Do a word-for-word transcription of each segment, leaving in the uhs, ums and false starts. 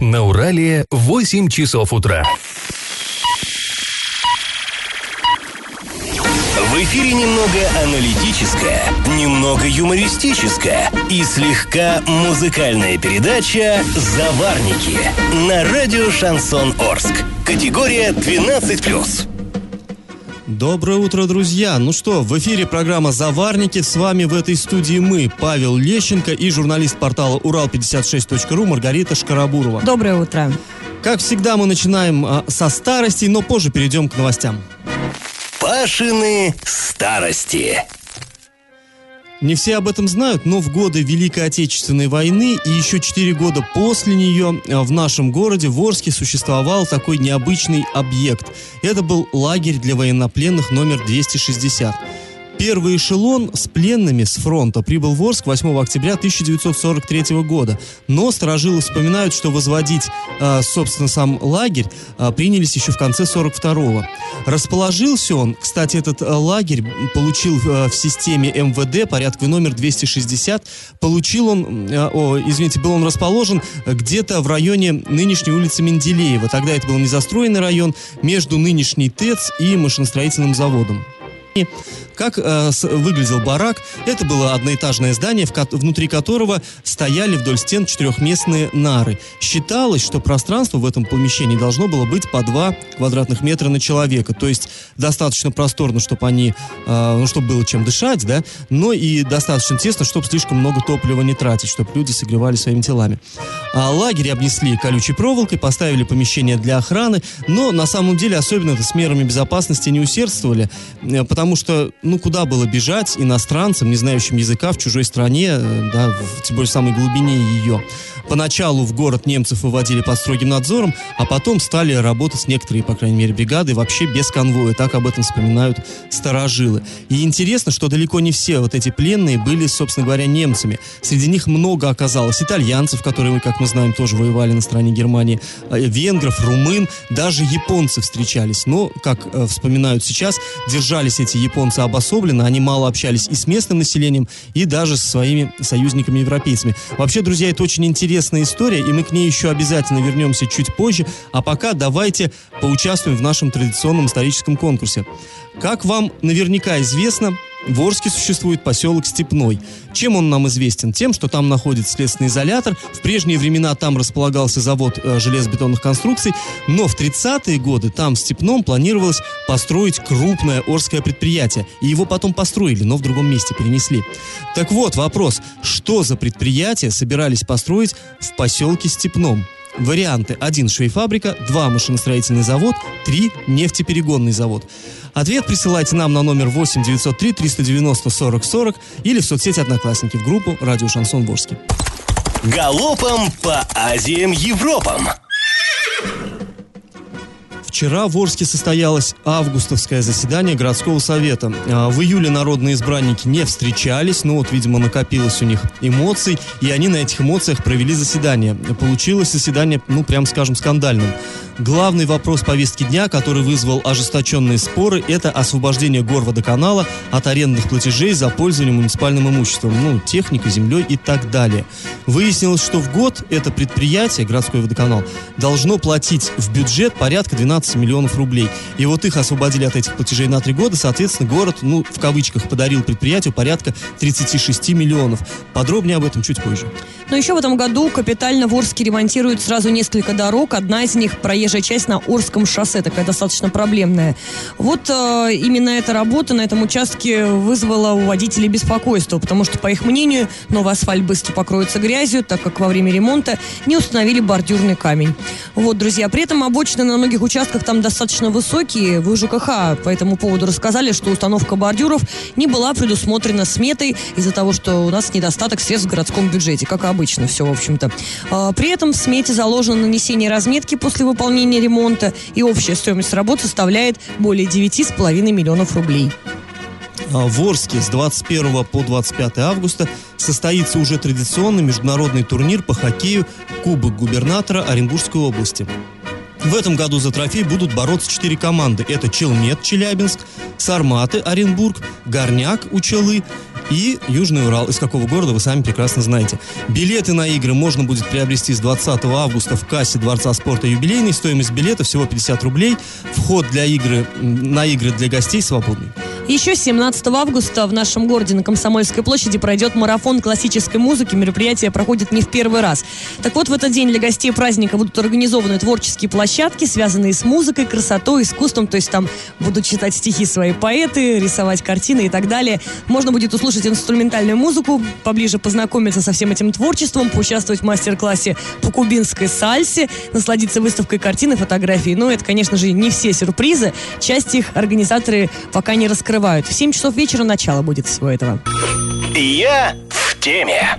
На Урале восемь часов утра. В эфире немного аналитическая, немного юмористическая и слегка музыкальная передача «Заварники» на радио «Шансон Орск». Категория двенадцать плюс. Доброе утро, друзья! Ну что, в эфире программа «Заварники». С вами в этой студии мы, Павел Лещенко и журналист портала урал пятьдесят шесть точка ру Маргарита Шкарабурова. Доброе утро. Как всегда, мы начинаем а, со старостей, но позже перейдем к новостям. Пашины старости. Не все об этом знают, но в годы Великой Отечественной войны и еще четыре года после нее в нашем городе, в Орске, существовал такой необычный объект. Это был лагерь для военнопленных номер двести шестьдесят. Первый эшелон с пленными с фронта прибыл в Орск восьмого октября тысяча девятьсот сорок третьего года. Но старожилы вспоминают, что возводить, э, собственно, сам лагерь э, принялись еще в конце сорок второго. Расположился он, кстати, этот э, лагерь получил э, в системе эм вэ дэ порядковый номер двести шестьдесят. Получил он, э, о, извините, был он расположен где-то в районе нынешней улицы Менделеева. Тогда это был незастроенный район между нынешней ТЭЦ и машиностроительным заводом. Как э, с, выглядел барак? Это было одноэтажное здание, в ко- внутри которого стояли вдоль стен четырехместные нары. Считалось, что пространство в этом помещении должно было быть по два квадратных метра на человека. То есть достаточно просторно, чтобы они, э, ну, чтобы было чем дышать, да, но и достаточно тесно, чтобы слишком много топлива не тратить, чтобы люди согревали своими телами. А лагерь обнесли колючей проволокой, поставили помещение для охраны, но на самом деле особенно это с мерами безопасности не усердствовали, э, потому Потому что, ну, куда было бежать иностранцам, не знающим языка в чужой стране, да, в, тем более в самой глубине ее. Поначалу в город немцев выводили под строгим надзором, а потом стали работать некоторые, по крайней мере, бригады вообще без конвоя. Так об этом вспоминают старожилы. И интересно, что далеко не все вот эти пленные были, собственно говоря, немцами. Среди них много оказалось итальянцев, которые, как мы знаем, тоже воевали на стороне Германии, венгров, румын, даже японцы встречались. Но, как э, вспоминают сейчас, держались эти японцы обособленно, они мало общались и с местным населением, и даже со своими союзниками-европейцами. Вообще, друзья, это очень интересная история, и мы к ней еще обязательно вернемся чуть позже, а пока давайте поучаствуем в нашем традиционном историческом конкурсе. Как вам наверняка известно, в Орске существует поселок Степной. Чем он нам известен? Тем, что там находится следственный изолятор. В прежние времена там располагался завод э, железобетонных конструкций, но в тридцатые годы там в Степном планировалось построить крупное орское предприятие. И его потом построили, но в другом месте перенесли. Так вот, вопрос, что за предприятие собирались построить в поселке Степном? Варианты: один швейфабрика, два машиностроительный завод, три нефтеперегонный завод. Ответ присылайте нам на номер восемь девятьсот три триста девяносто сорок сорок или в соцсети Одноклассники в группу «Радио Шансон Орске». Галопом по Азиям Европам. Вчера в Орске состоялось августовское заседание городского совета. В июле народные избранники не встречались, но вот, видимо, накопилось у них эмоций, и они на этих эмоциях провели заседание. Получилось заседание, ну, прям скажем, скандальным. Главный вопрос повестки дня, который вызвал ожесточенные споры, это освобождение горводоканала от арендных платежей за пользование муниципальным имуществом, ну, техникой, землей и так далее. Выяснилось, что в год это предприятие, городской водоканал, должно платить в бюджет порядка двенадцать миллионов рублей. И вот их освободили от этих платежей на три года, соответственно, город, ну, в кавычках, подарил предприятию порядка тридцать шесть миллионов. Подробнее об этом чуть позже. Но еще в этом году капитально в Орске ремонтируют сразу несколько дорог. Одна из них — проезжая часть на Орском шоссе, такая достаточно проблемная. Вот э, именно эта работа на этом участке вызвала у водителей беспокойство, потому что, по их мнению, новый асфальт быстро покроется грязью, так как во время ремонта не установили бордюрный камень. Вот, друзья, при этом обочины на многих участках там достаточно высокие. Вы ЖКХ по этому поводу рассказали, что установка бордюров не была предусмотрена сметой из-за того, что у нас недостаток средств в городском бюджете, как обычно все, в общем-то. А, при этом в смете заложено нанесение разметки после выполнения ремонта, и общая стоимость работ составляет более девять с половиной миллионов рублей. В Орске с двадцать первого по двадцать пятое августа состоится уже традиционный международный турнир по хоккею «Кубок губернатора Оренбургской области». В этом году за трофей будут бороться четыре команды. Это Челмет, Челябинск, Сарматы, Оренбург, Горняк, Учалы и Южный Урал. Из какого города, вы сами прекрасно знаете. Билеты на игры можно будет приобрести с двадцатого августа в кассе Дворца спорта «Юбилейный». Стоимость билета всего пятьдесят рублей. Вход для игры, на игры для гостей свободный. Еще семнадцатого августа в нашем городе на Комсомольской площади пройдет марафон классической музыки. Мероприятие проходит не в первый раз. Так вот, в этот день для гостей праздника будут организованы творческие площадки, связанные с музыкой, красотой, искусством. То есть там будут читать стихи свои поэты, рисовать картины и так далее. Можно будет услышать инструментальную музыку, поближе познакомиться со всем этим творчеством, поучаствовать в мастер-классе по кубинской сальсе, насладиться выставкой картин и фотографий. Но это, конечно же, не все сюрпризы. Часть их организаторы пока не раскрывают. В семь часов вечера начало будет всего этого. Я в теме.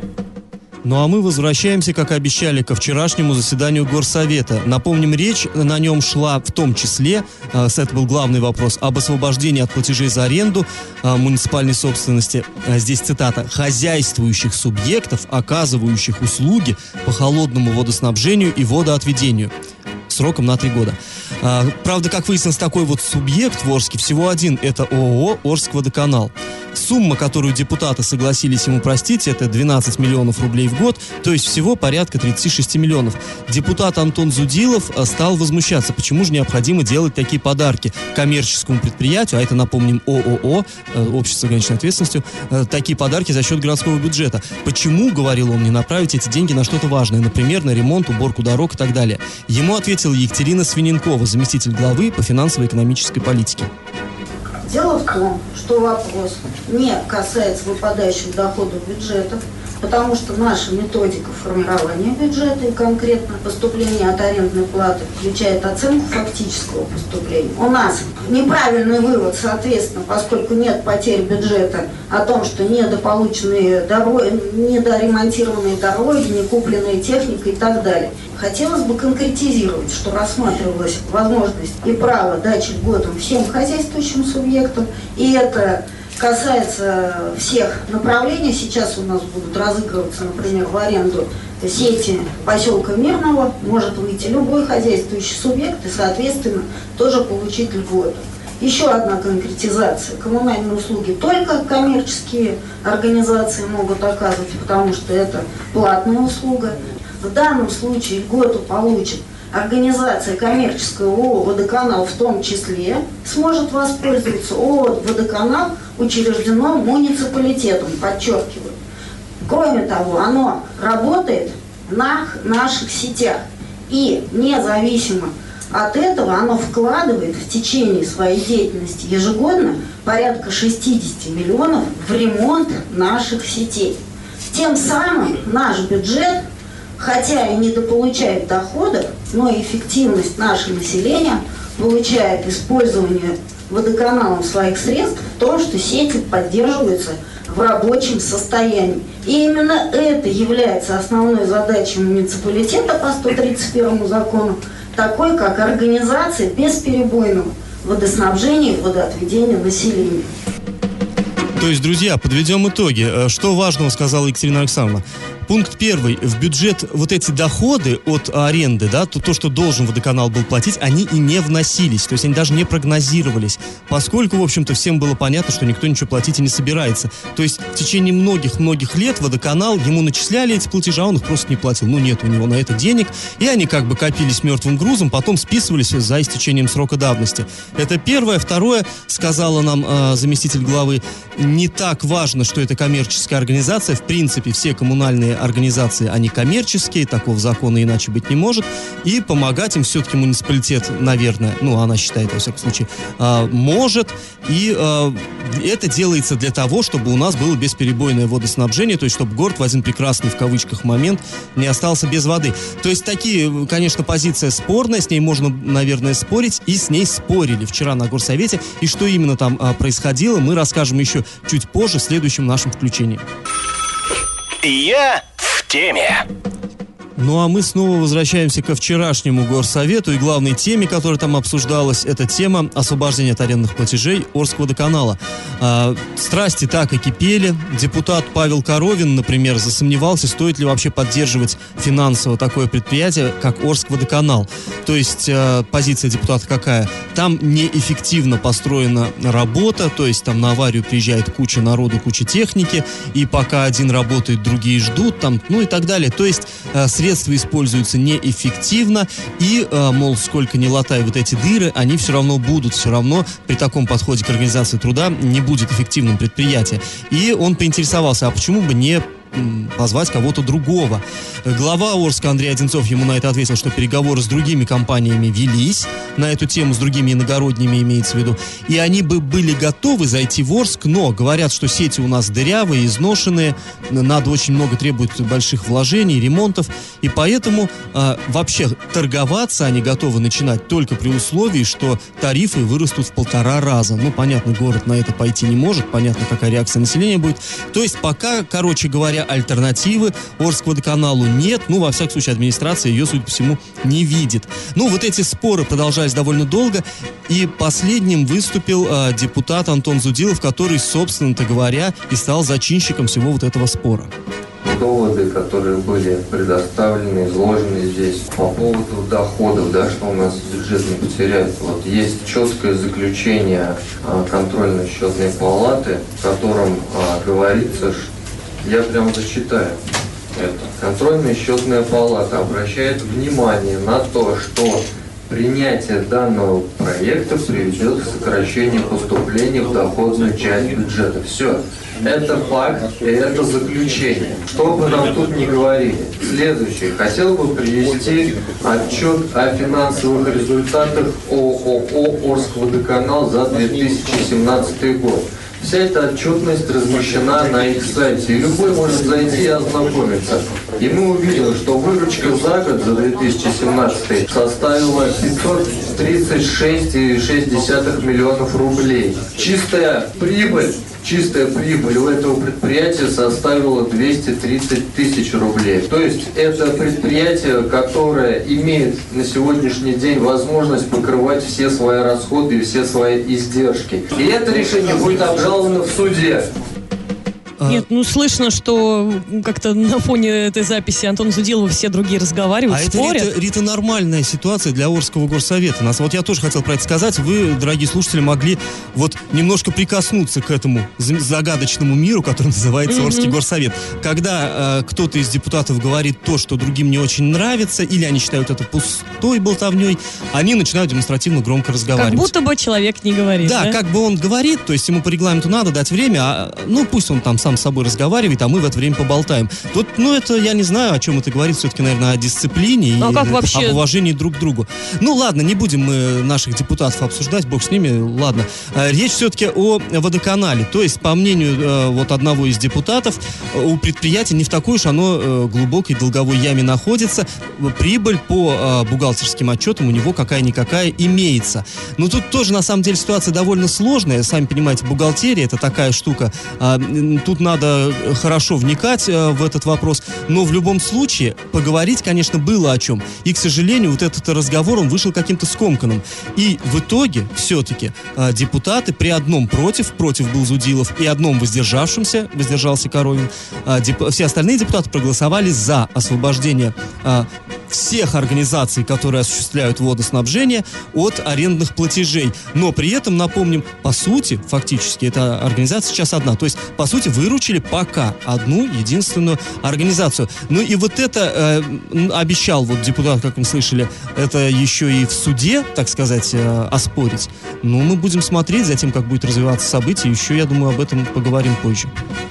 Ну а мы возвращаемся, как и обещали, ко вчерашнему заседанию Горсовета. Напомним, речь на нем шла в том числе, э, это был главный вопрос, об освобождении от платежей за аренду э, муниципальной собственности. А здесь цитата: «хозяйствующих субъектов, оказывающих услуги по холодному водоснабжению и водоотведению». Сроком на три года. А, правда, как выяснилось, такой вот субъект в Орске всего один. Это ООО «Орскводоканал». Сумма, которую депутаты согласились ему простить, это двенадцать миллионов рублей в год, то есть всего порядка тридцать шесть миллионов. Депутат Антон Зудилов стал возмущаться, почему же необходимо делать такие подарки коммерческому предприятию, а это, напомним, ООО, Общество с ограниченной ответственностью, такие подарки за счет городского бюджета. Почему, говорил он, не направить эти деньги на что-то важное, например, на ремонт, уборку дорог и так далее? Ему ответила Екатерина Свиненкова, заместитель главы по финансово-экономической политике. Дело в том, что вопрос не касается выпадающих доходов бюджета, потому что наша методика формирования бюджета и конкретно поступления от арендной платы включает оценку фактического поступления. У нас неправильный вывод, соответственно, поскольку нет потерь бюджета, о том, что недополученные дороги, недоремонтированные дороги, некупленная техника и так далее. Хотелось бы конкретизировать, что рассматривалась возможность и право дачи льготам всем хозяйствующим субъектам, и это касается всех направлений. Сейчас у нас будут разыгрываться, например, в аренду сети поселка Мирного, может выйти любой хозяйствующий субъект и, соответственно, тоже получить льготу. Еще одна конкретизация. Коммунальные услуги только коммерческие организации могут оказывать, потому что это платная услуга. В данном случае льготу получит организация коммерческая ООО «Водоканал» в том числе, сможет воспользоваться. ООО «Водоканал» учреждено муниципалитетом, подчеркиваю. Кроме того, оно работает на наших сетях. И независимо от этого оно вкладывает в течение своей деятельности ежегодно порядка шестьдесят миллионов в ремонт наших сетей. Тем самым наш бюджет, хотя и недополучает доходов, но эффективность нашего населения получает использование водоканалом своих средств в том, что сети поддерживаются в рабочем состоянии. И именно это является основной задачей муниципалитета по сто тридцать первому закону, такой как организация бесперебойного водоснабжения и водоотведения населения. То есть, друзья, подведем итоги. Что важного сказала Екатерина Александровна? Пункт первый. В бюджет вот эти доходы от аренды, да, то, то, что должен водоканал был платить, они и не вносились. То есть они даже не прогнозировались. Поскольку, в общем-то, всем было понятно, что никто ничего платить и не собирается. То есть в течение многих-многих лет водоканал, ему начисляли эти платежи, а он их просто не платил. Ну, нет у него на это денег. И они как бы копились мертвым грузом, потом списывались за истечением срока давности. Это первое. Второе, сказала нам э, заместитель главы, не так важно, что это коммерческая организация. В принципе, все коммунальные организации, они коммерческие, такого закона иначе быть не может, и помогать им все-таки муниципалитет, наверное, ну, она считает, во всяком случае, э, может, и э, это делается для того, чтобы у нас было бесперебойное водоснабжение, то есть, чтобы город в один прекрасный, в кавычках, момент не остался без воды. То есть, такие, конечно, позиция спорная, с ней можно, наверное, спорить, и с ней спорили вчера на Горсовете, и что именно там э, происходило, мы расскажем еще чуть позже в следующем нашем включении. Я в теме. Ну а мы снова возвращаемся ко вчерашнему Горсовету и главной теме, которая там обсуждалась, это тема освобождения от арендных платежей Орскводоканала. А, страсти так и кипели. Депутат Павел Коровин, например, засомневался, стоит ли вообще поддерживать финансово такое предприятие, как Орскводоканал. То есть э, позиция депутата какая? Там неэффективно построена работа, то есть там на аварию приезжает куча народу, куча техники, и пока один работает, другие ждут, там, ну и так далее. То есть э, средства используются неэффективно, и, э, мол, сколько ни латай вот эти дыры, они все равно будут, все равно при таком подходе к организации труда не будет эффективным предприятие. И он поинтересовался, а почему бы не позвать кого-то другого. Глава Орска Андрей Одинцов ему на это ответил, что переговоры с другими компаниями велись на эту тему, с другими иногородними имеется в виду, и они бы были готовы зайти в Орск, но говорят, что сети у нас дырявые, изношенные, надо очень много, требует больших вложений, ремонтов, и поэтому э, вообще торговаться они готовы начинать только при условии, что тарифы вырастут в полтора раза. Ну, понятно, город на это пойти не может, понятно, какая реакция населения будет. То есть пока, короче говоря, альтернативы Орскводоканалу нет, ну, во всяком случае, администрация ее, судя по всему, не видит. Ну, вот эти споры продолжались довольно долго, и последним выступил э, депутат Антон Зудилов, который, собственно-то говоря, и стал зачинщиком всего вот этого спора. Доводы, которые были предоставлены, изложены здесь по поводу доходов, да, что у нас бюджет не потеряет. Вот есть четкое заключение а, контрольно-счетной палаты, в котором а, говорится, что я прям зачитаю это. Контрольная счетная палата обращает внимание на то, что принятие данного проекта приведет к сокращению поступлений в доходную часть бюджета. Все. Это факт, и это заключение. Что бы нам тут ни говорили. Следующее. Хотел бы привести отчет о финансовых результатах ООО «Орскводоканал» за две тысячи семнадцатый год. Вся эта отчетность размещена на их сайте, и любой может зайти и ознакомиться. И мы увидим, что выручка за год, за две тысячи семнадцатый, составила пятьсот тридцать шесть целых шесть десятых миллионов рублей. Чистая прибыль, чистая прибыль у этого предприятия составила двести тридцать тысяч рублей. То есть это предприятие, которое имеет на сегодняшний день возможность покрывать все свои расходы и все свои издержки. И это решение будет обжаловано в суде. Нет, ну слышно, что как-то на фоне этой записи Антона Зудилова все другие разговаривают, а спорят. это, Рита, Рита, нормальная ситуация для Орского горсовета. Нас, вот я тоже хотел про это сказать. Вы, дорогие слушатели, могли вот немножко прикоснуться к этому загадочному миру, который называется mm-hmm. Орский горсовет. Когда э, кто-то из депутатов говорит то, что другим не очень нравится, или они считают это пустой болтовней, они начинают демонстративно громко разговаривать. Как будто бы человек не говорит. Да, да? как бы он говорит, то есть ему по регламенту надо дать время, а, ну пусть он там сам с собой разговаривает, а мы в это время поболтаем. Тут, ну, это, я не знаю, о чем это говорит, все-таки, наверное, о дисциплине ну, и как вообще... об уважении друг к другу. Ну, ладно, не будем мы наших депутатов обсуждать, бог с ними, ладно. Речь все-таки о водоканале. То есть, по мнению вот одного из депутатов, у предприятия не в такой уж оно глубокой долговой яме находится. Прибыль по бухгалтерским отчетам у него какая-никакая имеется. Но тут тоже, на самом деле, ситуация довольно сложная. Сами понимаете, бухгалтерия — это такая штука. Тут надо хорошо вникать э, в этот вопрос, но в любом случае поговорить, конечно, было о чем. И, к сожалению, вот этот разговор, он вышел каким-то скомканным. И в итоге, все-таки, э, депутаты при одном против, против был Зудилов, и одном воздержавшемся, воздержался Коровин, э, деп, все остальные депутаты проголосовали за освобождение э, всех организаций, которые осуществляют водоснабжение, от арендных платежей. Но при этом, напомним, по сути, фактически, эта организация сейчас одна. То есть, по сути, выручили пока одну единственную организацию. Ну и вот это э, обещал вот депутат, как мы слышали, это еще и в суде, так сказать, э, оспорить. Ну, мы будем смотреть за тем, как будет развиваться событие. Еще, я думаю, об этом поговорим позже.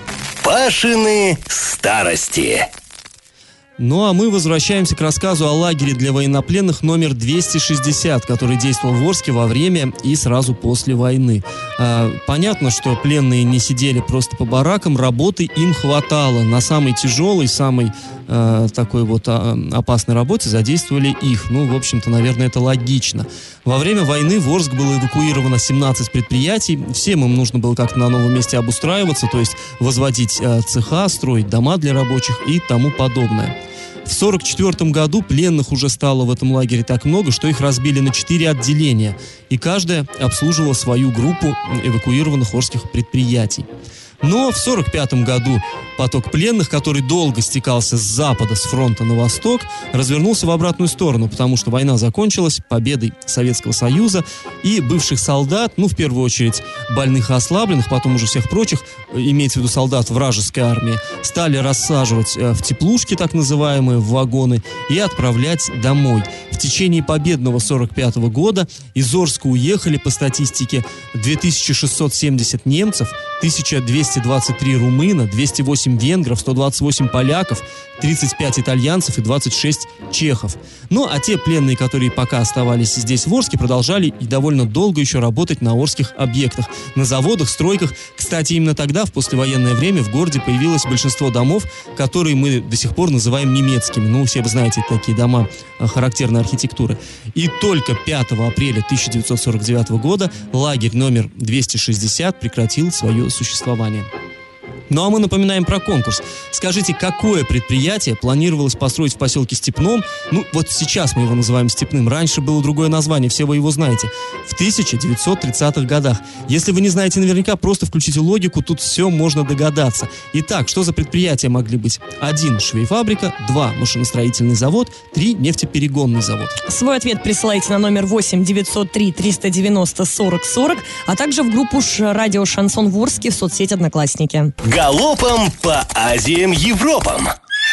Пашины старости. Ну а мы возвращаемся к рассказу о лагере для военнопленных номер двести шестьдесят, который действовал в Орске во время и сразу после войны. А, понятно, что пленные не сидели просто по баракам, работы им хватало. На самой тяжелой, самой а, такой вот а, опасной работе задействовали их. Ну, в общем-то, наверное, это логично. Во время войны в Орск было эвакуировано семнадцать предприятий. Всем им нужно было как-то на новом месте обустраиваться, то есть возводить а, цеха, строить дома для рабочих и тому подобное. В сорок четвёртом году пленных уже стало в этом лагере так много, что их разбили на четыре отделения, и каждое обслуживало свою группу эвакуированных орских предприятий. Но в сорок пятом году поток пленных, который долго стекался с запада, с фронта на восток, развернулся в обратную сторону, потому что война закончилась победой Советского Союза, и бывших солдат, ну, в первую очередь, больных и ослабленных, потом уже всех прочих, имеется в виду солдат вражеской армии, стали рассаживать в теплушки, так называемые, в вагоны, и отправлять домой. В течение победного сорок пятого года из Орска уехали, по статистике, две тысячи шестьсот семьдесят немцев, тысяча двести двадцать три румына, двести восемь венгров, сто двадцать восемь поляков, тридцать пять итальянцев и двадцать шесть чехов. Ну, а те пленные, которые пока оставались здесь в Орске, продолжали и довольно долго еще работать на орских объектах, на заводах, стройках. Кстати, именно тогда, в послевоенное время, в городе появилось большинство домов, которые мы до сих пор называем немецкими. Ну, все вы знаете, такие дома характерной архитектуры. И только пятого апреля тысяча девятьсот сорок девятого года лагерь номер двести шестьдесят прекратил свое существование. Ну а мы напоминаем про конкурс. Скажите, какое предприятие планировалось построить в поселке Степном? Ну, вот сейчас мы его называем Степным. Раньше было другое название, все вы его знаете. В тысяча девятьсот тридцатых годах. Если вы не знаете наверняка, просто включите логику, тут все можно догадаться. Итак, что за предприятия могли быть? Один – швейфабрика, два – машиностроительный завод, три – нефтеперегонный завод. Свой ответ присылайте на номер восемь девятьсот три триста девяносто сорок сорок, а также в группу «Радио Шансон Ворске» в соцсети «Одноклассники». Галопом по Азиям Европам.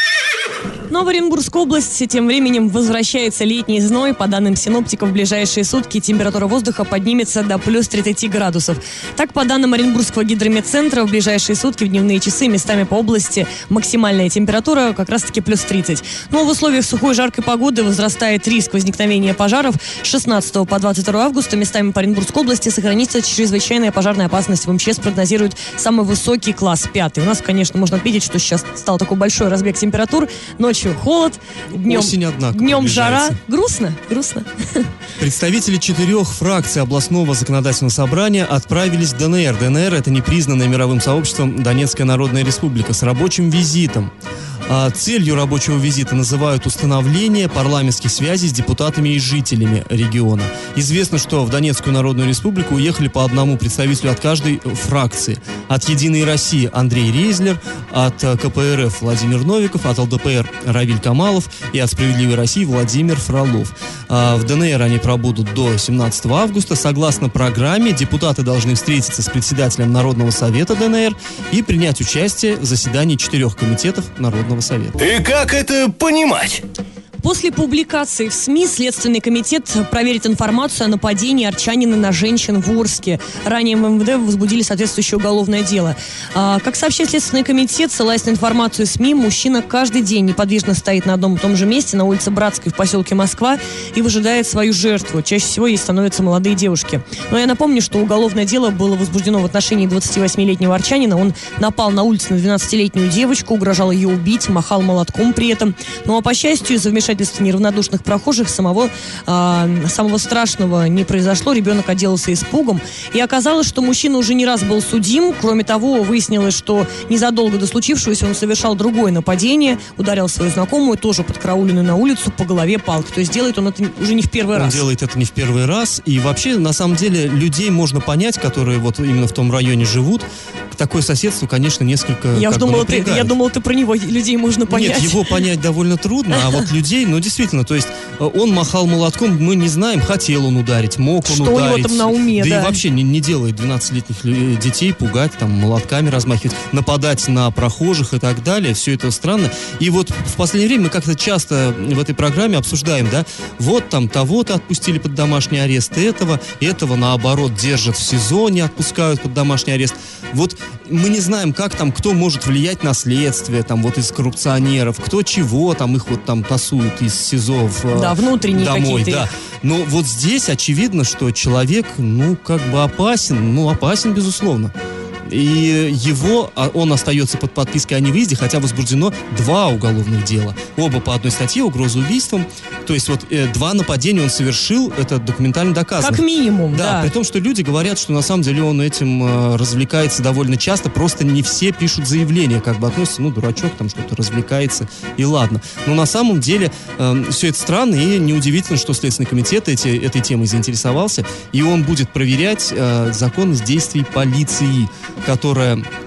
Но в Оренбургской области тем временем возвращается летний зной. По данным синоптиков, в ближайшие сутки температура воздуха поднимется до плюс тридцати градусов. Так, по данным Оренбургского гидрометцентра, в ближайшие сутки в дневные часы местами по области максимальная температура как раз-таки плюс тридцать. Но в условиях сухой жаркой погоды возрастает риск возникновения пожаров. С шестнадцатого по двадцать второе августа местами по Оренбургской области сохранится чрезвычайная пожарная опасность. В МЧС прогнозируют самый высокий класс, пятый. У нас, конечно, можно отметить, что сейчас стал такой большой разбег температур. Ночью холод, днем, Осень, однако, днем жара. Грустно, грустно. Представители четырех фракций областного законодательного собрания отправились в ДНР. ДНР – это непризнанная мировым сообществом Донецкая Народная Республика с рабочим визитом. А целью рабочего визита называют установление парламентских связей с депутатами и жителями региона. Известно, что в Донецкую Народную Республику уехали по одному представителю от каждой фракции. От «Единой России» Андрей Рейзлер, от КПРФ Владимир Новиков, от ЛДПР Равиль Камалов и от «Справедливой России» Владимир Фролов. А в ДНР они пробудут до семнадцатого августа. Согласно программе, депутаты должны встретиться с председателем Народного совета ДНР и принять участие в заседании четырех комитетов Народного совета. И как это понимать? После публикации в СМИ Следственный комитет проверит информацию о нападении арчанина на женщин в Орске. Ранее в МВД возбудили соответствующее уголовное дело. А, как сообщает Следственный комитет, ссылаясь на информацию СМИ, мужчина каждый день неподвижно стоит на одном и том же месте на улице Братской в поселке Москва и выжидает свою жертву. Чаще всего ей становятся молодые девушки. Но я напомню, что уголовное дело было возбуждено в отношении двадцативосьмилетнего арчанина. Он напал на улице на двенадцатилетнюю девочку, угрожал ее убить, махал молотком при этом. Ну а по счастью, из-за вмешательства неравнодушных прохожих самого, э, самого страшного не произошло. Ребенок отделался испугом. И оказалось, что мужчина уже не раз был судим. Кроме того, выяснилось, что незадолго до случившегося он совершал другое нападение. Ударил свою знакомую, тоже подкарауленную на улицу, по голове палкой. То есть делает он это уже не в первый он раз. Он делает это не в первый раз. И вообще, на самом деле, людей можно понять, которые вот именно в том районе живут. Такое соседство, конечно, несколько я как думала, бы ты, я думала, ты про него, людей можно понять. Нет, его понять довольно трудно, а вот людей, ну, действительно, то есть он махал молотком, мы не знаем, хотел он ударить, мог он что ударить. Что у него там на уме, да. Да и вообще не, не делает двенадцатилетних детей пугать, там, молотками размахивать, нападать на прохожих и так далее, все это странно. И вот в последнее время мы как-то часто в этой программе обсуждаем, да, вот там того-то отпустили под домашний арест, этого, этого, наоборот, держат в СИЗО, не отпускают под домашний арест. Вот мы не знаем, как там, кто может влиять на следствие, там, вот из коррупционеров, кто чего, там, их вот там тасуют из СИЗО в, да, внутренние домой, какие-то. Да. Но вот здесь очевидно, что человек, ну, как бы опасен, ну, опасен, безусловно. И его, он остается под подпиской о невыезде, хотя возбуждено два уголовных дела. Оба по одной статье, угроза убийством. То есть вот э, два нападения он совершил, это документально доказано. Как минимум, да. Да, при том, что люди говорят, что на самом деле он этим э, развлекается довольно часто, просто не все пишут заявления, как бы относятся, ну, дурачок, там что-то развлекается, и ладно. Но на самом деле э, все это странно, и неудивительно, что Следственный комитет эти, этой темой заинтересовался, и он будет проверять э, законность действий полиции, которая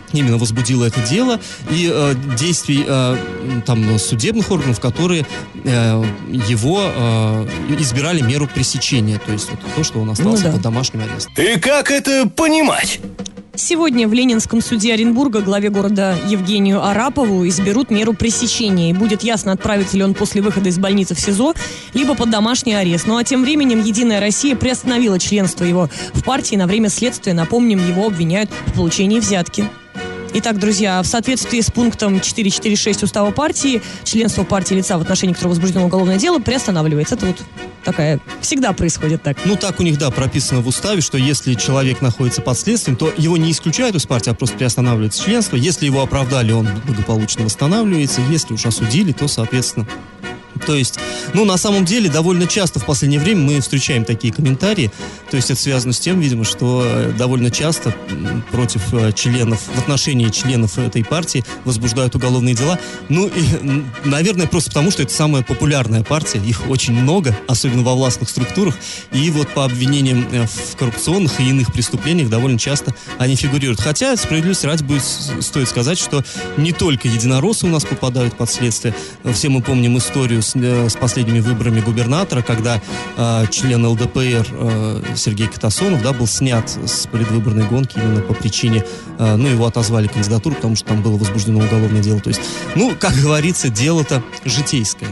именно возбудило это дело, и э, действий э, там, судебных органов, которые э, его э, избирали меру пресечения, то есть вот то, что он остался ну, да. под домашним арестом. И как это понимать? Сегодня в Ленинском суде Оренбурга главе города Евгению Арапову изберут меру пресечения. И будет ясно, отправится ли он после выхода из больницы в СИЗО, либо под домашний арест. Ну а тем временем «Единая Россия» приостановила членство его в партии на время следствия. Напомним, его обвиняют в получении взятки. Итак, друзья, в соответствии с пунктом четыреста четырьдесят шесть Устава партии, членство партии лица, в отношении которого возбуждено уголовное дело, приостанавливается. Это вот такая... Всегда происходит так. Ну, так у них, да, прописано в уставе, что если человек находится под следствием, то его не исключают из партии, а просто приостанавливается членство. Если его оправдали, он благополучно восстанавливается. Если уж осудили, то, соответственно... То есть, ну, на самом деле, довольно часто в последнее время мы встречаем такие комментарии. То есть, это связано с тем, видимо, что довольно часто против членов, в отношении членов этой партии возбуждают уголовные дела. Ну, и, наверное, просто потому, что это самая популярная партия. Их очень много, особенно во властных структурах. И вот по обвинениям в коррупционных и иных преступлениях довольно часто они фигурируют. Хотя, справедливости ради, будет, стоит сказать, что не только единороссы у нас попадают под следствие. Все мы помним историю с, с последними выборами губернатора, когда э, член эл дэ пэ эр э, Сергей Катасонов, да, был снят с предвыборной гонки именно по причине, э, ну, его отозвали кандидатуру, потому что там было возбуждено уголовное дело. То есть, ну, как говорится, дело-то житейское.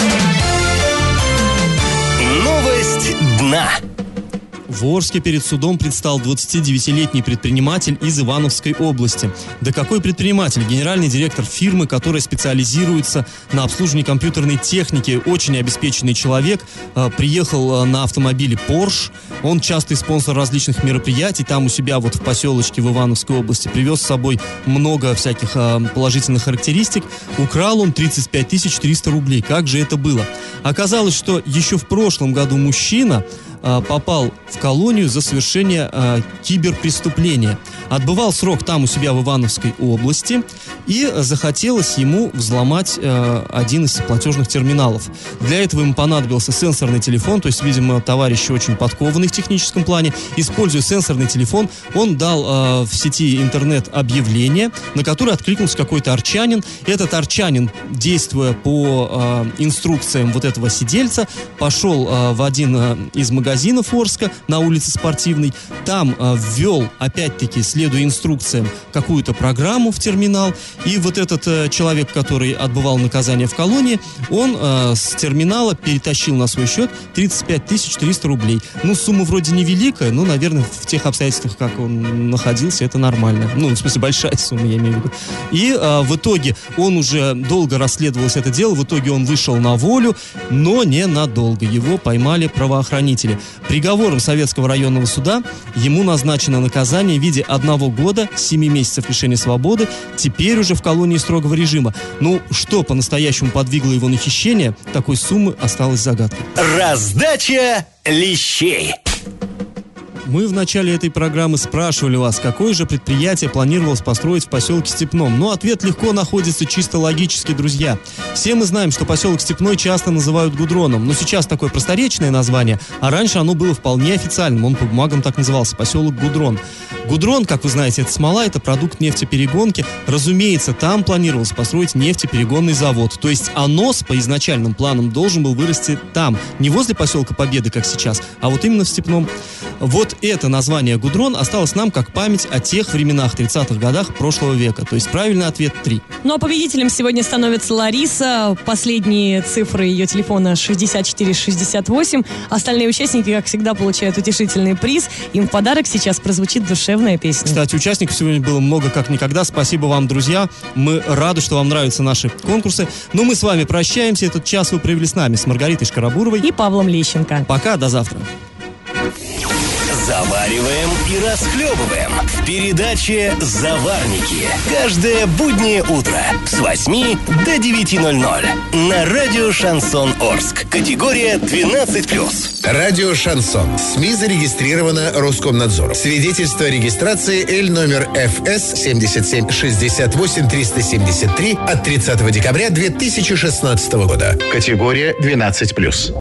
Новость дна. В Орске перед судом предстал двадцатидевятилетний предприниматель из Ивановской области. Да какой предприниматель? Генеральный директор фирмы, которая специализируется на обслуживании компьютерной техники. Очень обеспеченный человек. Приехал на автомобиле Porsche. Он частый спонсор различных мероприятий. Там у себя вот в поселочке в Ивановской области привез с собой много всяких положительных характеристик. Украл он тридцать пять тысяч триста рублей. Как же это было? Оказалось, что еще в прошлом году мужчина попал в колонию за совершение э, киберпреступления. Отбывал срок там у себя в Ивановской области, и захотелось ему взломать э, один из платежных терминалов. Для этого ему понадобился сенсорный телефон, то есть, видимо, товарищ очень подкованный в техническом плане. Используя сенсорный телефон, он дал э, в сети интернет объявление, на которое откликнулся какой-то арчанин. Этот арчанин, действуя по э, инструкциям вот этого сидельца, пошел э, в один э, из магазинов магазинов Орска на улице Спортивной. Там э, ввел, опять-таки, следуя инструкциям, какую-то программу в терминал. И вот этот э, человек, который отбывал наказание в колонии, он э, с терминала перетащил на свой счет тридцать пять тысяч триста рублей. Ну, сумма вроде невеликая, но, наверное, в тех обстоятельствах, как он находился, это нормально. Ну, в смысле, большая сумма, я имею в виду. И э, в итоге он уже долго расследовалось это дело, в итоге он вышел на волю, но ненадолго. Его поймали правоохранители. Приговором Советского районного суда ему назначено наказание в виде одного года, семи месяцев лишения свободы, теперь уже в колонии строгого режима. Ну, что по-настоящему подвигло его на хищение, такой суммы осталось загадкой. Раздача лещей. Мы в начале этой программы спрашивали вас, какое же предприятие планировалось построить в поселке Степном. Но ответ легко находится чисто логически, друзья. Все мы знаем, что поселок Степной часто называют Гудроном, но сейчас такое просторечное название, а раньше оно было вполне официальным, он по бумагам так назывался, поселок Гудрон. Гудрон, как вы знаете, это смола, это продукт нефтеперегонки. Разумеется, там планировалось построить нефтеперегонный завод. То есть АНОС по изначальным планам должен был вырасти там, не возле поселка Победы, как сейчас, а вот именно в Степном. Вот это название Гудрон осталось нам как память о тех временах, тридцатых годах прошлого века. То есть правильный ответ три. Ну а победителем сегодня становится Лариса. Последние цифры ее телефона шестьдесят четыре шестьдесят восемь. Остальные участники, как всегда, получают утешительный приз. Им в подарок сейчас прозвучит душевная песня. Кстати, участников сегодня было много как никогда. Спасибо вам, друзья. Мы рады, что вам нравятся наши конкурсы. Но мы с вами прощаемся. Этот час вы провели с нами, с Маргаритой Шкарабуровой и Павлом Лещенко. Пока, до завтра. Завариваем и расхлебываем в передаче «Заварники». Каждое буднее утро с восьми до девяти ноль-ноль на радио «Шансон Орск». Категория двенадцать плюс. Радио «Шансон». СМИ зарегистрировано Роскомнадзором. Свидетельство о регистрации Л номер Ф С семьдесят семь шестьдесят восемь триста семьдесят три от тридцатого декабря две тысячи шестнадцатого года. Категория двенадцать плюс.